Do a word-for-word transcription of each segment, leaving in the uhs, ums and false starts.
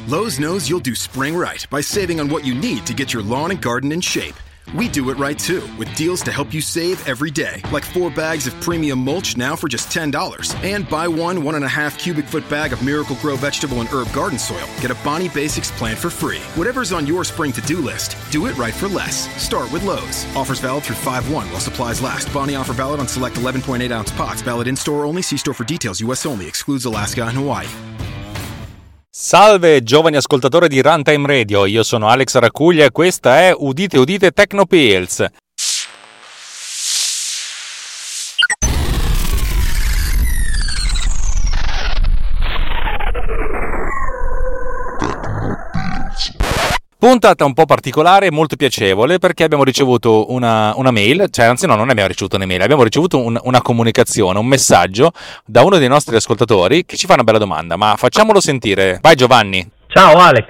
Lowe's knows you'll do spring right by saving on what you need to get your lawn and garden in shape. We do it right too, with deals to help you save every day, like four bags of premium mulch now for just ten dollars. And buy one one and a half cubic foot bag of Miracle Grow vegetable and herb garden soil. Get a Bonnie Basics plant for free. Whatever's on your spring to-do list, do it right for less. Start with Lowe's. Offers valid through five one while supplies last. Bonnie offer valid on select eleven point eight ounce pots. Valid in-store only. See store for details. U S only. Excludes Alaska and Hawaii. Salve giovani ascoltatori di Runtime Radio, io sono Alex Racuglia e questa è Udite Udite Technopills. Puntata un po' particolare e molto piacevole perché abbiamo ricevuto una, una mail, cioè anzi no, non abbiamo ricevuto un'email, abbiamo ricevuto un, una comunicazione, un messaggio da uno dei nostri ascoltatori che ci fa una bella domanda, ma facciamolo sentire. Vai Giovanni. Ciao Alex,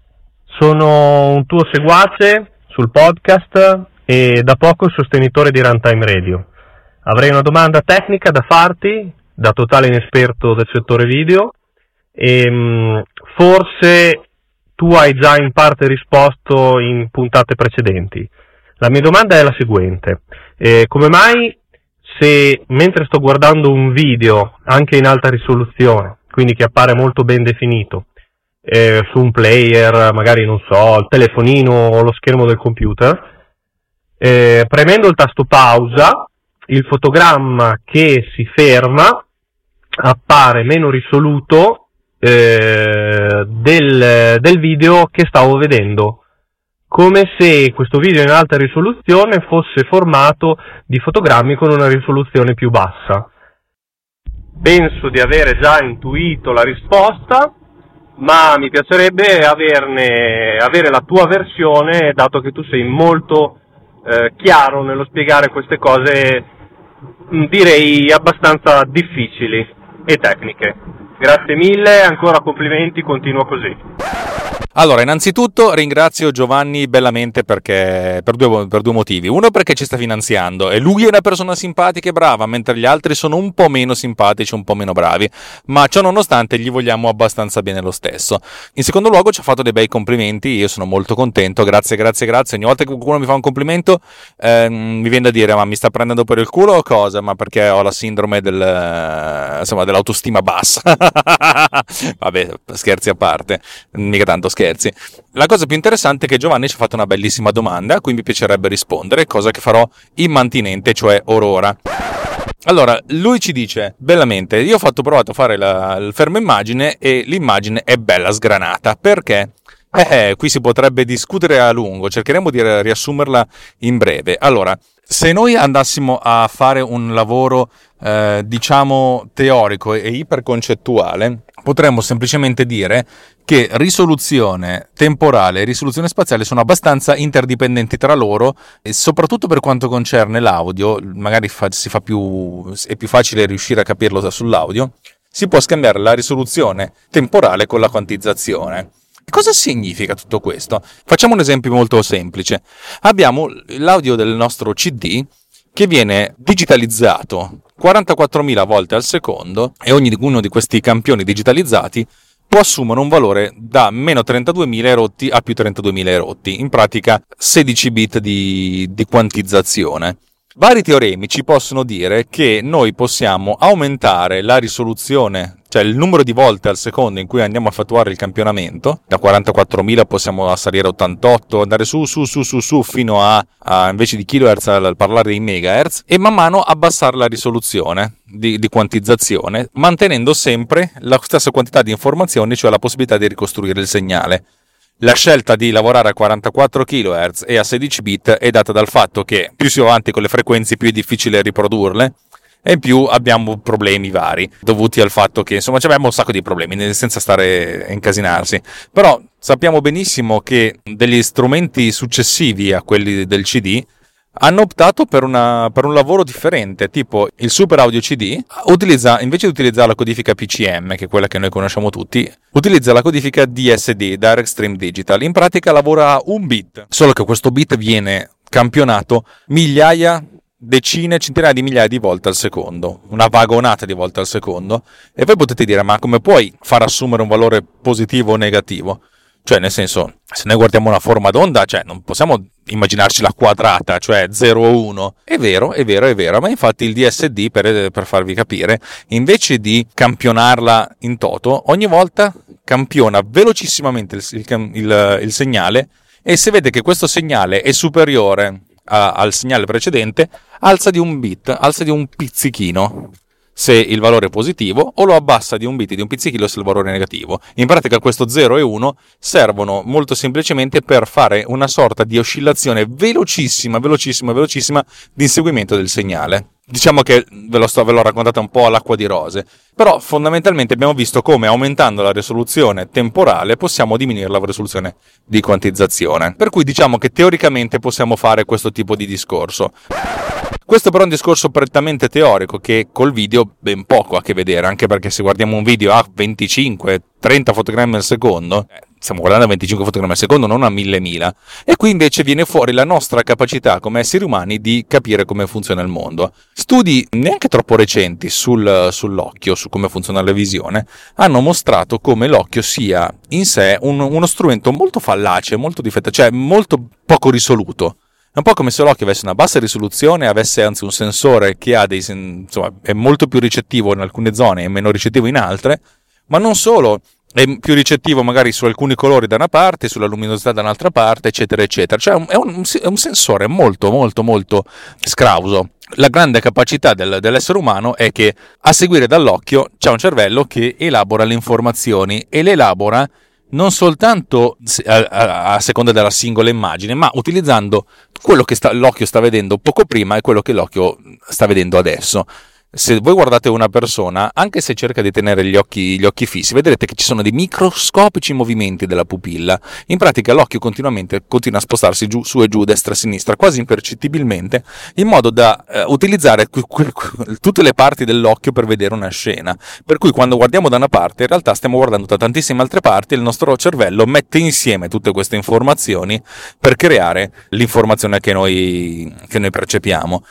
sono un tuo seguace sul podcast e da poco il sostenitore di Runtime Radio. Avrei una domanda tecnica da farti, da totale inesperto del settore video, e mh, forse tu hai già in parte risposto in puntate precedenti. La mia domanda è la seguente: eh, come mai se mentre sto guardando un video anche in alta risoluzione, quindi che appare molto ben definito, eh, su un player, magari non so, il telefonino o lo schermo del computer, eh, premendo il tasto pausa, il fotogramma che si ferma appare meno risoluto Eh, del, del video che stavo vedendo, come se questo video in alta risoluzione fosse formato di fotogrammi con una risoluzione più bassa. Penso di avere già intuito la risposta, ma mi piacerebbe averne, avere la tua versione, dato che tu sei molto eh, chiaro nello spiegare queste cose, direi abbastanza difficili e tecniche. Grazie mille, ancora complimenti, continua così. Allora, innanzitutto ringrazio Giovanni bellamente perché per due, per due motivi. Uno, perché ci sta finanziando e lui è una persona simpatica e brava, mentre gli altri sono un po' meno simpatici, un po' meno bravi, ma ciò nonostante gli vogliamo abbastanza bene lo stesso. In secondo luogo ci ha fatto dei bei complimenti, io sono molto contento, grazie, grazie, grazie. Ogni volta che qualcuno mi fa un complimento ehm, mi viene da dire: ma mi sta prendendo per il culo o cosa? Ma perché ho la sindrome del, insomma, dell'autostima bassa. Vabbè, scherzi a parte, mica tanto scherzi. La cosa più interessante è che Giovanni ci ha fatto una bellissima domanda a cui mi piacerebbe rispondere, cosa che farò immantinente, cioè or ora. Allora, lui ci dice bellamente: io ho fatto provato a fare la, il fermo immagine e l'immagine è bella sgranata. Perché? Eh, qui si potrebbe discutere a lungo, cercheremo di riassumerla in breve. Allora, se noi andassimo a fare un lavoro eh, diciamo teorico e iperconcettuale, potremmo semplicemente dire che risoluzione temporale e risoluzione spaziale sono abbastanza interdipendenti tra loro, e soprattutto per quanto concerne l'audio, magari fa, si fa più, è più facile riuscire a capirlo sull'audio, si può scambiare la risoluzione temporale con la quantizzazione. Cosa significa tutto questo? Facciamo un esempio molto semplice. Abbiamo l'audio del nostro C D che viene digitalizzato quarantaquattromila volte al secondo e ognuno di questi campioni digitalizzati può assumere un valore da meno trentaduemila erotti a più trentaduemila erotti, in pratica sedici bit di, di quantizzazione. Vari teoremi ci possono dire che noi possiamo aumentare la risoluzione, cioè il numero di volte al secondo in cui andiamo a effettuare il campionamento. Da quarantaquattromila possiamo salire a ottantotto, andare su, su, su, su, su, fino a, a invece di kilohertz, a parlare dei megahertz, e man mano abbassare la risoluzione di, di quantizzazione, mantenendo sempre la stessa quantità di informazioni, cioè la possibilità di ricostruire il segnale. La scelta di lavorare a quarantaquattro chilohertz e a sedici bit è data dal fatto che più si va avanti con le frequenze più è difficile riprodurle, e in più abbiamo problemi vari dovuti al fatto che insomma abbiamo un sacco di problemi senza stare a incasinarsi. Però sappiamo benissimo che degli strumenti successivi a quelli del C D hanno optato per, una, per un lavoro differente, tipo il Super Audio C D utilizza, invece di utilizzare la codifica P C M, che è quella che noi conosciamo tutti, utilizza la codifica D S D, Direct Stream Digital. In pratica lavora a un bit, solo che questo bit viene campionato migliaia decine, centinaia di migliaia di volte al secondo, una vagonata di volte al secondo, e voi potete dire: ma come puoi far assumere un valore positivo o negativo? Cioè, nel senso, se noi guardiamo una forma d'onda, cioè non possiamo immaginarcela quadrata, cioè zero o uno. È vero, è vero, è vero, ma infatti il D S D, per, per farvi capire, invece di campionarla in toto, ogni volta campiona velocissimamente il, il, il, il segnale, e se vede che questo segnale è superiore a, al segnale precedente, alza di un bit, alza di un pizzichino se il valore è positivo, o lo abbassa di un bit, di un pizzichino se il valore è negativo. In pratica questo zero e uno servono molto semplicemente per fare una sorta di oscillazione velocissima, velocissima, velocissima di inseguimento del segnale. Diciamo che ve lo sto, ve l'ho raccontata un po' all'acqua di rose, però fondamentalmente abbiamo visto come aumentando la risoluzione temporale possiamo diminuire la risoluzione di quantizzazione. Per cui diciamo che teoricamente possiamo fare questo tipo di discorso. Questo però è un discorso prettamente teorico che col video ben poco ha a che vedere, anche perché se guardiamo un video a venticinque trenta fotogrammi al secondo, eh, stiamo guardando a venticinque fotogrammi al secondo, non a mille mila, e qui invece viene fuori la nostra capacità come esseri umani di capire come funziona il mondo. Studi neanche troppo recenti sul, sull'occhio, su come funziona la visione, hanno mostrato come l'occhio sia in sé un, uno strumento molto fallace, molto difettoso, cioè molto poco risoluto. È un po' come se l'occhio avesse una bassa risoluzione, avesse anzi un sensore che ha dei, insomma, è molto più ricettivo in alcune zone e meno ricettivo in altre, ma non solo, è più ricettivo magari su alcuni colori da una parte, sulla luminosità da un'altra parte, eccetera, eccetera. Cioè è un, è un sensore molto, molto, molto scrauso. La grande capacità del, dell'essere umano è che a seguire dall'occhio c'è un cervello che elabora le informazioni e le elabora non soltanto a, a, a seconda della singola immagine, ma utilizzando quello che sta, l'occhio sta vedendo poco prima e quello che l'occhio sta vedendo adesso. Se voi guardate una persona, anche se cerca di tenere gli occhi, gli occhi fissi, vedrete che ci sono dei microscopici movimenti della pupilla. In pratica l'occhio continuamente continua a spostarsi giù, su e giù, destra e sinistra, quasi impercettibilmente, in modo da eh, utilizzare que- que- tutte le parti dell'occhio per vedere una scena. Per cui quando guardiamo da una parte, in realtà stiamo guardando da tantissime altre parti e il nostro cervello mette insieme tutte queste informazioni per creare l'informazione che noi, che noi percepiamo.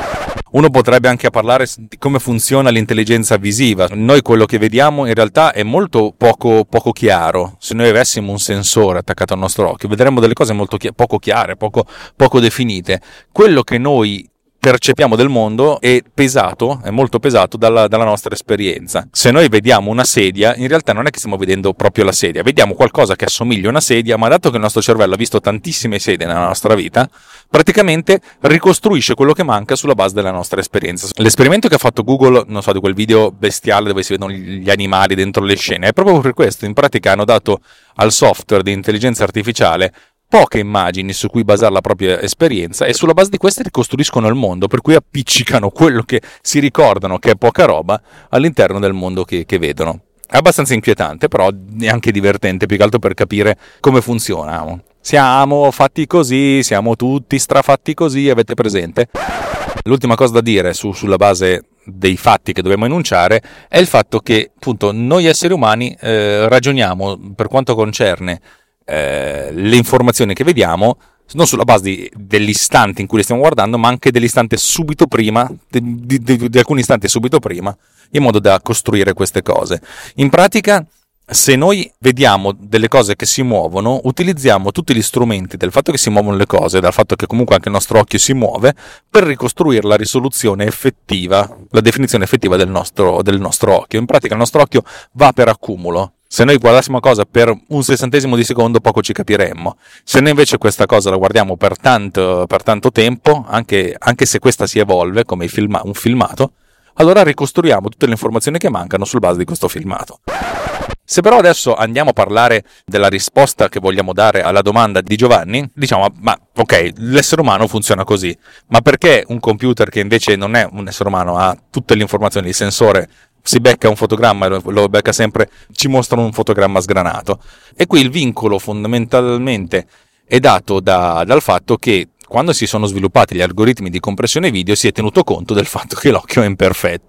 Uno potrebbe anche parlare di come funziona l'intelligenza visiva. Noi quello che vediamo in realtà è molto poco, poco chiaro. Se noi avessimo un sensore attaccato al nostro occhio, vedremmo delle cose molto chi- poco chiare, poco, poco definite. Quello che noi percepiamo del mondo è pesato, è molto pesato dalla, dalla nostra esperienza. Se noi vediamo una sedia, in realtà non è che stiamo vedendo proprio la sedia, vediamo qualcosa che assomiglia a una sedia, ma dato che il nostro cervello ha visto tantissime sedie nella nostra vita, praticamente ricostruisce quello che manca sulla base della nostra esperienza. L'esperimento che ha fatto Google, non so, di quel video bestiale dove si vedono gli animali dentro le scene, è proprio per questo. In pratica hanno dato al software di intelligenza artificiale poche immagini su cui basare la propria esperienza e sulla base di queste ricostruiscono il mondo, per cui appiccicano quello che si ricordano che è poca roba all'interno del mondo che, che vedono. È abbastanza inquietante, però è anche divertente, più che altro per capire come funziona. Siamo fatti così, siamo tutti strafatti così, avete presente? L'ultima cosa da dire su, sulla base dei fatti che dobbiamo enunciare è il fatto che appunto noi esseri umani eh, ragioniamo per quanto concerne Eh, le informazioni che vediamo non sulla base di, dell'istante in cui le stiamo guardando, ma anche dell'istante subito prima, di, di, di, di alcuni istanti subito prima, in modo da costruire queste cose. In pratica, se noi vediamo delle cose che si muovono, utilizziamo tutti gli strumenti del fatto che si muovono le cose, dal fatto che comunque anche il nostro occhio si muove, per ricostruire la risoluzione effettiva, la definizione effettiva del nostro, del nostro occhio. In pratica il nostro occhio va per accumulo. Se noi guardassimo una cosa per un sessantesimo di secondo poco ci capiremmo. Se noi invece questa cosa la guardiamo per tanto, per tanto tempo, anche, anche se questa si evolve come il filma, un filmato, allora ricostruiamo tutte le informazioni che mancano sul base di questo filmato. Se però adesso andiamo a parlare della risposta che vogliamo dare alla domanda di Giovanni, diciamo, ma ok, l'essere umano funziona così, ma perché un computer che invece non è un essere umano, ha tutte le informazioni, il sensore, si becca un fotogramma e lo becca sempre, ci mostrano un fotogramma sgranato? E qui il vincolo fondamentalmente è dato da, dal fatto che quando si sono sviluppati gli algoritmi di compressione video si è tenuto conto del fatto che l'occhio è imperfetto.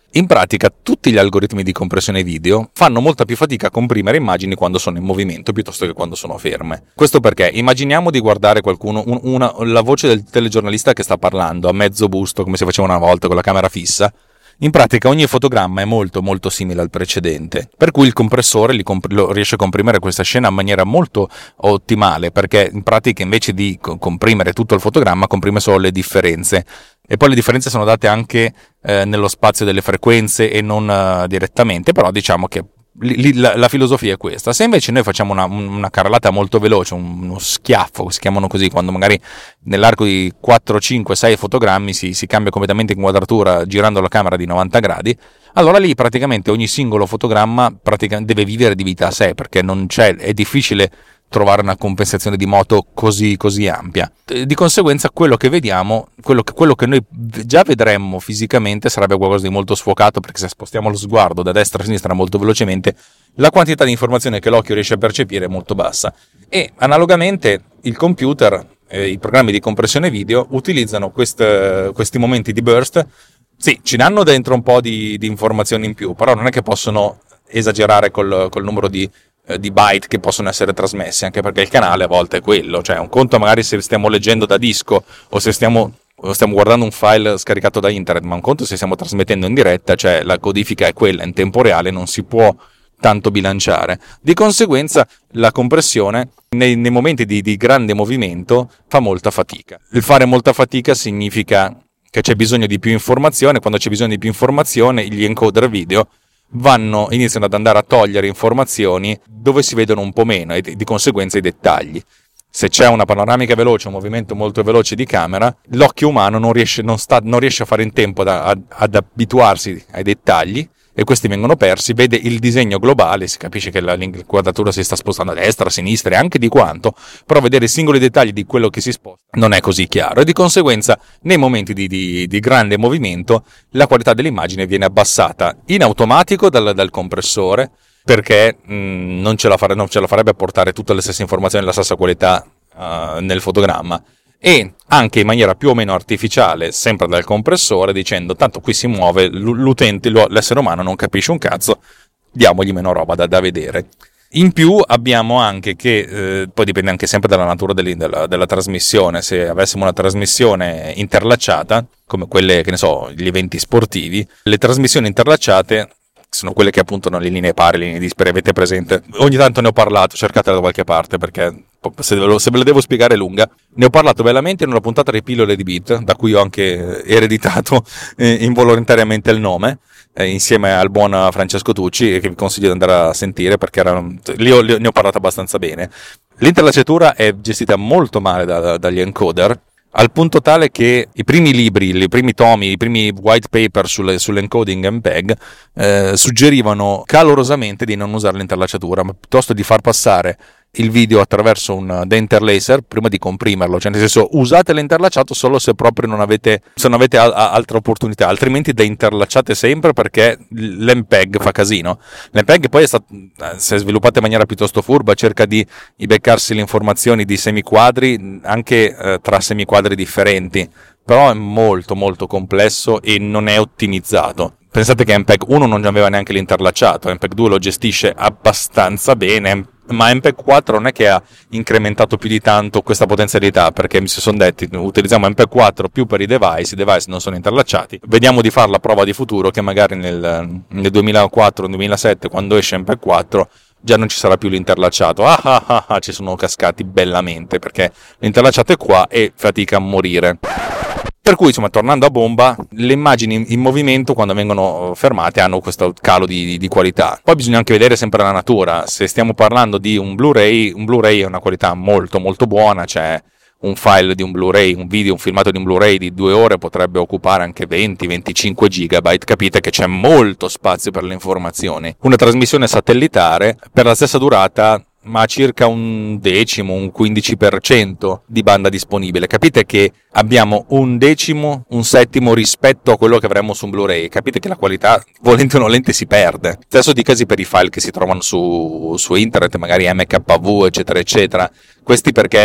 In pratica tutti gli algoritmi di compressione video fanno molta più fatica a comprimere immagini quando sono in movimento piuttosto che quando sono ferme. Questo perché immaginiamo di guardare qualcuno, un, una, la voce del telegiornalista che sta parlando a mezzo busto come si faceva una volta con la camera fissa. In pratica ogni fotogramma è molto molto simile al precedente, per cui il compressore li comp- lo riesce a comprimere questa scena in maniera molto ottimale, perché in pratica invece di co- comprimere tutto il fotogramma comprime solo le differenze, e poi le differenze sono date anche eh, nello spazio delle frequenze e non uh, direttamente, però diciamo che Lì, la, la filosofia è questa. Se invece noi facciamo una, una carrellata molto veloce, un, uno schiaffo, si chiamano così, quando magari nell'arco di quattro, cinque, sei fotogrammi si, si cambia completamente inquadratura girando la camera di novanta gradi, allora lì praticamente ogni singolo fotogramma praticamente deve vivere di vita a sé, perché non c'è, è difficile trovare una compensazione di moto così così ampia. Di conseguenza quello che vediamo, quello che, quello che noi già vedremmo fisicamente sarebbe qualcosa di molto sfocato, perché se spostiamo lo sguardo da destra a sinistra molto velocemente la quantità di informazione che l'occhio riesce a percepire è molto bassa, e analogamente il computer, eh, i programmi di compressione video utilizzano quest, questi momenti di burst. Sì, ci danno dentro un po' di, di informazioni in più, però non è che possono esagerare col, col numero di di byte che possono essere trasmessi, anche perché il canale a volte è quello, cioè un conto magari se stiamo leggendo da disco o se stiamo, o stiamo guardando un file scaricato da internet, ma un conto se stiamo trasmettendo in diretta, cioè la codifica è quella in tempo reale, non si può tanto bilanciare. Di conseguenza la compressione nei, nei momenti di, di grande movimento fa molta fatica. Il fare molta fatica significa che c'è bisogno di più informazione. Quando c'è bisogno di più informazione, gli encoder video vanno, iniziano ad andare a togliere informazioni dove si vedono un po' meno e di conseguenza i dettagli. Se c'è una panoramica veloce, un movimento molto veloce di camera, l'occhio umano non riesce, non sta, non riesce a fare in tempo da, ad, ad abituarsi ai dettagli, e questi vengono persi. Vede il disegno globale, si capisce che la, l'inquadratura si sta spostando a destra, a sinistra e anche di quanto, però vedere i singoli dettagli di quello che si sposta non è così chiaro, e di conseguenza nei momenti di, di, di grande movimento la qualità dell'immagine viene abbassata in automatico dal, dal compressore, perché mh, non, ce la fare, non ce la farebbe a portare tutte le stesse informazioni e la stessa qualità uh, nel fotogramma, e anche in maniera più o meno artificiale, sempre dal compressore, dicendo tanto qui si muove, l'utente, l'essere umano non capisce un cazzo, diamogli meno roba da, da vedere. In più abbiamo anche che, eh, poi dipende anche sempre dalla natura della, della trasmissione, se avessimo una trasmissione interlacciata, come quelle, che ne so, gli eventi sportivi, le trasmissioni interlacciate sono quelle che appunto hanno le linee pari, le linee dispari, avete presente? Ogni tanto ne ho parlato, cercatela da qualche parte, perché se ve, lo, se ve la devo spiegare è lunga. Ne ho parlato bellamente in una puntata di Pillole di Beat, da cui ho anche ereditato eh, involontariamente il nome, eh, insieme al buon Francesco Tucci, che vi consiglio di andare a sentire, perché era, lì ho, ne ho parlato abbastanza bene. L'interlacciatura è gestita molto male da, da, dagli encoder, al punto tale che i primi libri, i primi tomi, i primi white paper sulle, sull'encoding M P E G eh, suggerivano calorosamente di non usare l'interlacciatura, ma piuttosto di far passare il video attraverso un deinterlacer prima di comprimerlo, cioè nel senso usate l'interlacciato solo se proprio non avete, se non avete a, a, altre opportunità, altrimenti da interlacciate sempre, perché l'M P E G fa casino. L'M P E G poi è stato, si è sviluppato in maniera piuttosto furba, cerca di, di beccarsi le informazioni di semiquadri anche eh, tra semiquadri differenti, però è molto molto complesso e non è ottimizzato. Pensate che M P E G uno non aveva neanche l'interlacciato, M P E G due lo gestisce abbastanza bene, ma M P E G quattro non è che ha incrementato più di tanto questa potenzialità, perché mi si sono detti utilizziamo M P E G quattro più per i device, i device non sono interlacciati, vediamo di fare la prova di futuro che magari nel, nel duemilaquattro duemilasette, quando esce M P E G quattro, già non ci sarà più l'interlacciato. Ah ah ah, ah ci sono cascati bellamente, perché l'interlacciato è qua e fatica a morire. Per cui, insomma, tornando a bomba, le immagini in movimento, quando vengono fermate, hanno questo calo di, di, di qualità. Poi bisogna anche vedere sempre la natura. Se stiamo parlando di un Blu-ray, un Blu-ray è una qualità molto molto buona, cioè un file di un Blu-ray, un video, un filmato di un Blu-ray di due ore potrebbe occupare anche venti venticinque gigabyte, capite che c'è molto spazio per le informazioni. Una trasmissione satellitare, per la stessa durata, ma circa un decimo, un quindici per cento di banda disponibile. Capite che abbiamo un decimo, un settimo rispetto a quello che avremmo su un Blu-ray. Capite che la qualità, volente o nolente, si perde. Stesso dicasi per i file che si trovano su, su internet, magari M K V, eccetera, eccetera. Questi perché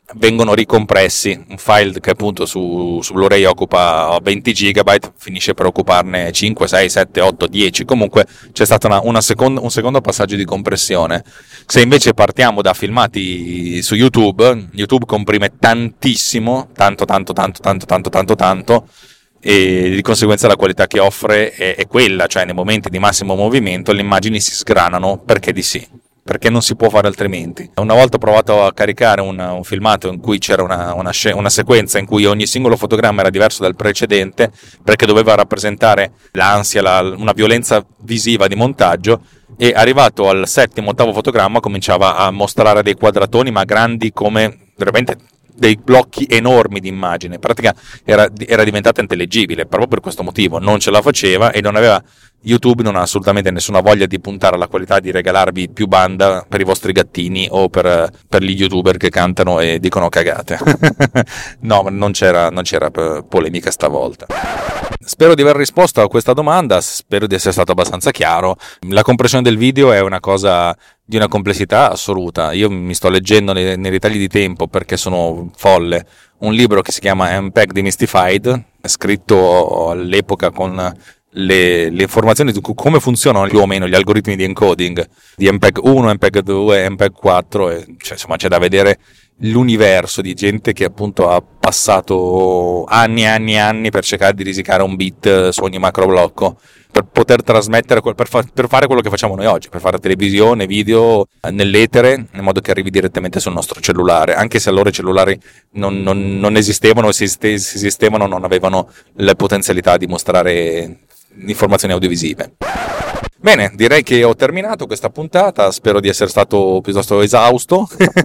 vengono ricompressi. Un file che appunto su, su Blu-ray occupa venti giga finisce per occuparne cinque, sei, sette, otto, dieci. Comunque c'è stato una, una seconda, un secondo passaggio di compressione. Se invece partiamo da filmati su YouTube, YouTube comprime tantissimo, tanto tanto tanto tanto tanto tanto tanto, e di conseguenza la qualità che offre è, è quella, cioè nei momenti di massimo movimento le immagini si sgranano perché di sì, perché non si può fare altrimenti. Una volta ho provato a caricare un, un filmato in cui c'era una, una, una sequenza in cui ogni singolo fotogramma era diverso dal precedente, perché doveva rappresentare l'ansia, la, una violenza visiva di montaggio, e arrivato al settimo, ottavo fotogramma cominciava a mostrare dei quadratoni ma grandi come veramente dei blocchi enormi di immagine. In pratica era, era diventata intellegibile. Proprio per questo motivo non ce la faceva, e non aveva YouTube non ha assolutamente nessuna voglia di puntare alla qualità, di regalarvi più banda per i vostri gattini o per, per gli youtuber che cantano e dicono cagate. No, non c'era, non c'era polemica stavolta. Spero di aver risposto a questa domanda, spero di essere stato abbastanza chiaro. La compressione del video è una cosa di una complessità assoluta. Io mi sto leggendo nei, nei ritagli di tempo, perché sono folle, un libro che si chiama M P E G Demystified, scritto all'epoca con le, le informazioni su come funzionano più o meno gli algoritmi di encoding di M P E G uno, M P E G due, M P E G quattro, e cioè, insomma c'è da vedere l'universo di gente che appunto ha passato anni e anni e anni per cercare di risicare un bit su ogni macro blocco, per poter trasmettere, per, fa, per fare quello che facciamo noi oggi, per fare televisione, video nell'etere, in modo che arrivi direttamente sul nostro cellulare, anche se allora i cellulari non, non, non esistevano, se esistevano non avevano le potenzialità di mostrare informazioni audiovisive. Bene, direi che ho terminato questa puntata, spero di essere stato piuttosto esausto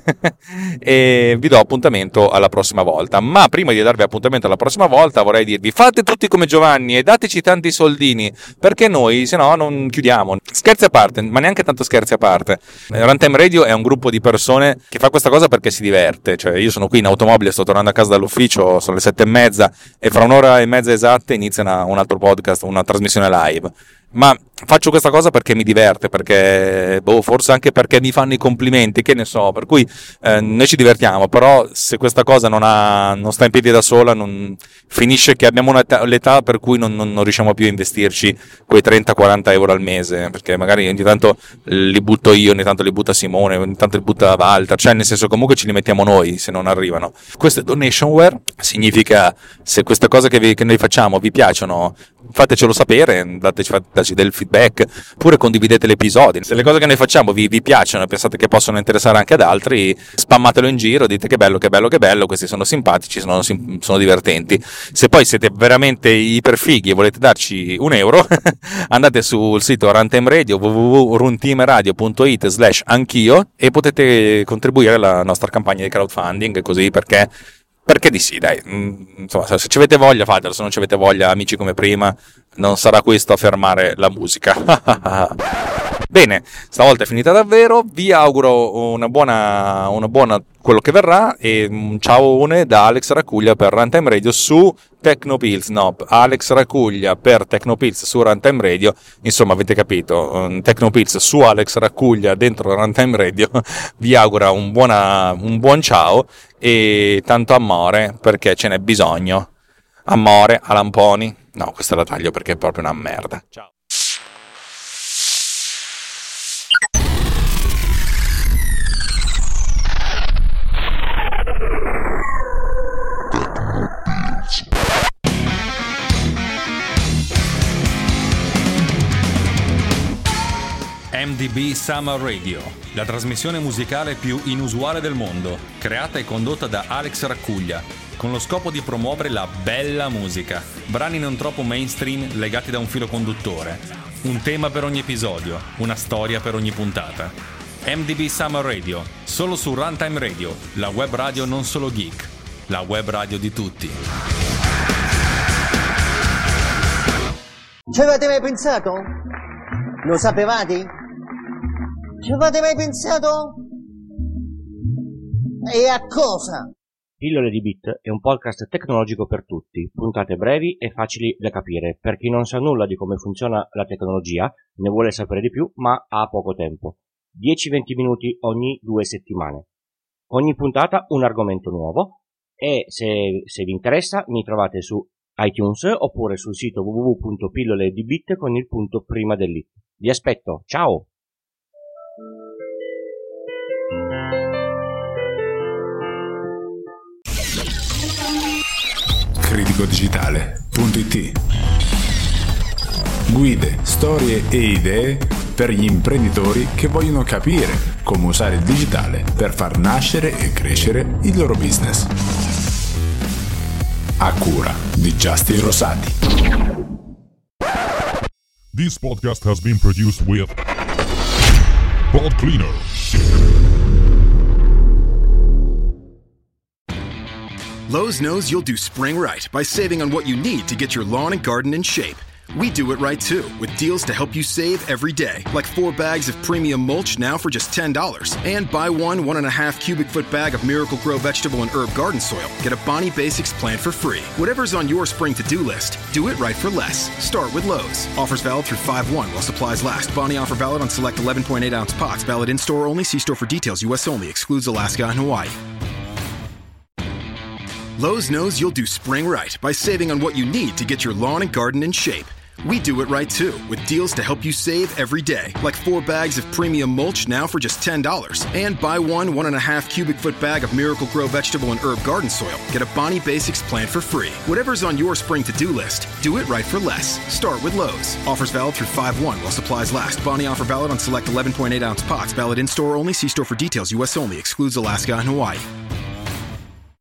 e vi do appuntamento alla prossima volta. Ma prima di darvi appuntamento alla prossima volta vorrei dirvi: fate tutti come Giovanni e dateci tanti soldini, perché noi se no non chiudiamo. Scherzi a parte, ma neanche tanto scherzi a parte, Runtime Radio è un gruppo di persone che fa questa cosa perché si diverte. Cioè, io sono qui in automobile, sto tornando a casa dall'ufficio, sono le sette e mezza e fra un'ora e mezza esatte inizia una, un altro podcast, una trasmissione live. Ma faccio questa cosa perché mi diverte, perché boh, forse anche perché mi fanno i complimenti, che ne so, per cui eh, noi ci divertiamo. Però se questa cosa non, ha, non sta in piedi da sola, non, finisce che abbiamo una l'età per cui non, non, non riusciamo più a investirci quei trenta quaranta euro al mese, perché magari ogni tanto li butto io, ogni tanto li butta Simone, ogni tanto li butta Walter, cioè nel senso comunque ci li mettiamo noi se non arrivano. Questo è donationware, significa se queste cose che, vi, che noi facciamo vi piacciono, fatecelo sapere, dateci, dateci del feedback, pure condividete l'episodio. Se le cose che noi facciamo vi, vi piacciono e pensate che possono interessare anche ad altri, spammatelo in giro, dite che bello, che bello, che bello, questi sono simpatici, sono, sono divertenti. Se poi siete veramente iperfighi e volete darci un euro, andate sul sito Runtime Radio, w w w punto runtimeradio punto it slash anch'io, e potete contribuire alla nostra campagna di crowdfunding, così perché Perché di sì, dai, insomma, se ci avete voglia fatelo, se non ci avete voglia, amici come prima, non sarà questo a fermare la musica. Bene, stavolta è finita davvero, vi auguro una buona, una buona quello che verrà, e un ciaone da Alex Racuglia per Runtime Radio su Tecnopills, no, Alex Racuglia per Tecnopills su Runtime Radio, insomma avete capito, Tecnopills su Alex Racuglia dentro Runtime Radio. Vi augura un, buona, un buon ciao e tanto amore, perché ce n'è bisogno. Amore a lamponi. No, questa la taglio perché è proprio una merda. Ciao. M D B Summer Radio, la trasmissione musicale più inusuale del mondo, creata e condotta da Alex Racuglia, con lo scopo di promuovere la bella musica, brani non troppo mainstream legati da un filo conduttore, un tema per ogni episodio, una storia per ogni puntata. M D B Summer Radio, solo su Runtime Radio, la web radio non solo geek, la web radio di tutti. Ci avete mai pensato? Lo sapevate? Ci avete mai pensato? E a cosa? Pillole di Bit è un podcast tecnologico per tutti, puntate brevi e facili da capire per chi non sa nulla di come funziona la tecnologia, ne vuole sapere di più ma ha poco tempo. dieci venti minuti ogni due settimane. ogni puntata un argomento nuovo e se, se vi interessa mi trovate su iTunes oppure sul sito w w w punto pillole di bit con il punto prima dell'it. Vi aspetto, ciao! critico digitale punto it. Guide, storie e idee per gli imprenditori che vogliono capire come usare il digitale per far nascere e crescere il loro business. A cura di Justin Rosati. This podcast has been produced with Pod Cleaner. Lowe's knows you'll do spring right by saving on what you need to get your lawn and garden in shape. We do it right too, with deals to help you save every day, like four bags of premium mulch now for just ten dollars. And buy one one and a half cubic foot bag of Miracle-Gro vegetable and herb garden soil. Get a Bonnie Basics plant for free. Whatever's on your spring to-do list, do it right for less. Start with Lowe's. Offers valid through five one while supplies last. Bonnie offer valid on select eleven point eight ounce pots. Valid in-store only. See store for details. U S only. Excludes Alaska and Hawaii. Lowe's knows you'll do spring right by saving on what you need to get your lawn and garden in shape. We do it right too, with deals to help you save every day, like four bags of premium mulch now for just ten dollars. And buy one one and a half cubic foot bag of Miracle-Gro vegetable and herb garden soil. Get a Bonnie Basics plant for free. Whatever's on your spring to-do list, do it right for less. Start with Lowe's. Offers valid through five one while supplies last. Bonnie offer valid on select eleven point eight ounce pots. Valid in-store only. See store for details. U S only. Excludes Alaska and Hawaii.